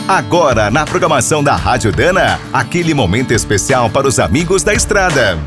Agora, na programação da Rádio Dana, aquele momento especial para os amigos da estrada.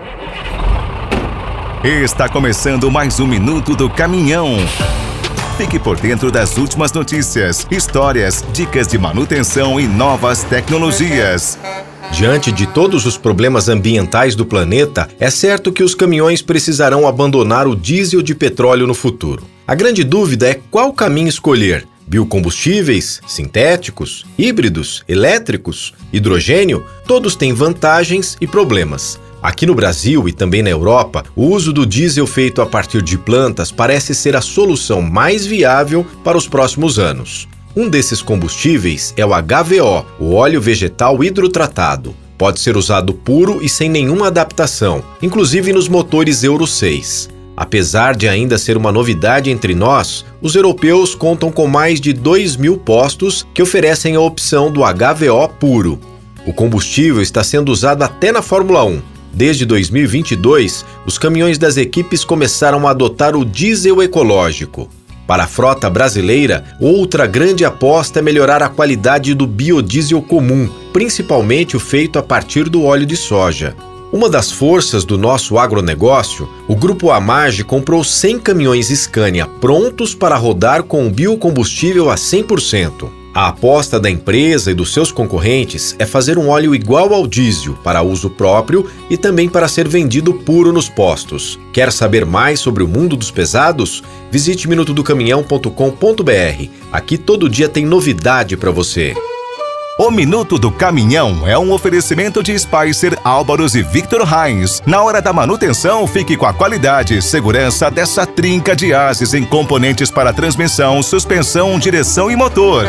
Está começando mais um Minuto do Caminhão. Fique por dentro das últimas notícias, histórias, dicas de manutenção e novas tecnologias. Diante de todos os problemas ambientais do planeta, é certo que os caminhões precisarão abandonar o diesel de petróleo no futuro. A grande dúvida é qual caminho escolher: biocombustíveis, sintéticos, híbridos, elétricos, hidrogênio. Todos têm vantagens e problemas. Aqui no Brasil e também na Europa, o uso do diesel feito a partir de plantas parece ser a solução mais viável para os próximos anos. Um desses combustíveis é o HVO, o óleo vegetal hidrotratado. Pode ser usado puro e sem nenhuma adaptação, inclusive nos motores Euro 6. Apesar de ainda ser uma novidade entre nós, os europeus contam com mais de 2.000 postos que oferecem a opção do HVO puro. O combustível está sendo usado até na Fórmula 1. Desde 2022, os caminhões das equipes começaram a adotar o diesel ecológico. Para a frota brasileira, outra grande aposta é melhorar a qualidade do biodiesel comum, principalmente o feito a partir do óleo de soja. Uma das forças do nosso agronegócio, o Grupo Amage comprou 100 caminhões Scania prontos para rodar com biocombustível a 100%. A aposta da empresa e dos seus concorrentes é fazer um óleo igual ao diesel para uso próprio e também para ser vendido puro nos postos. Quer saber mais sobre o mundo dos pesados? Visite minutodocaminhão.com.br. Aqui todo dia tem novidade para você. O Minuto do Caminhão é um oferecimento de Spicer, Álvaros e Victor Heinz. Na hora da manutenção, fique com a qualidade e segurança dessa trinca de ases em componentes para transmissão, suspensão, direção e motor.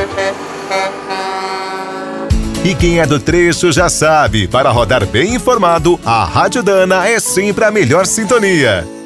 E quem é do trecho já sabe, para rodar bem informado, a Rádio Dana é sempre a melhor sintonia.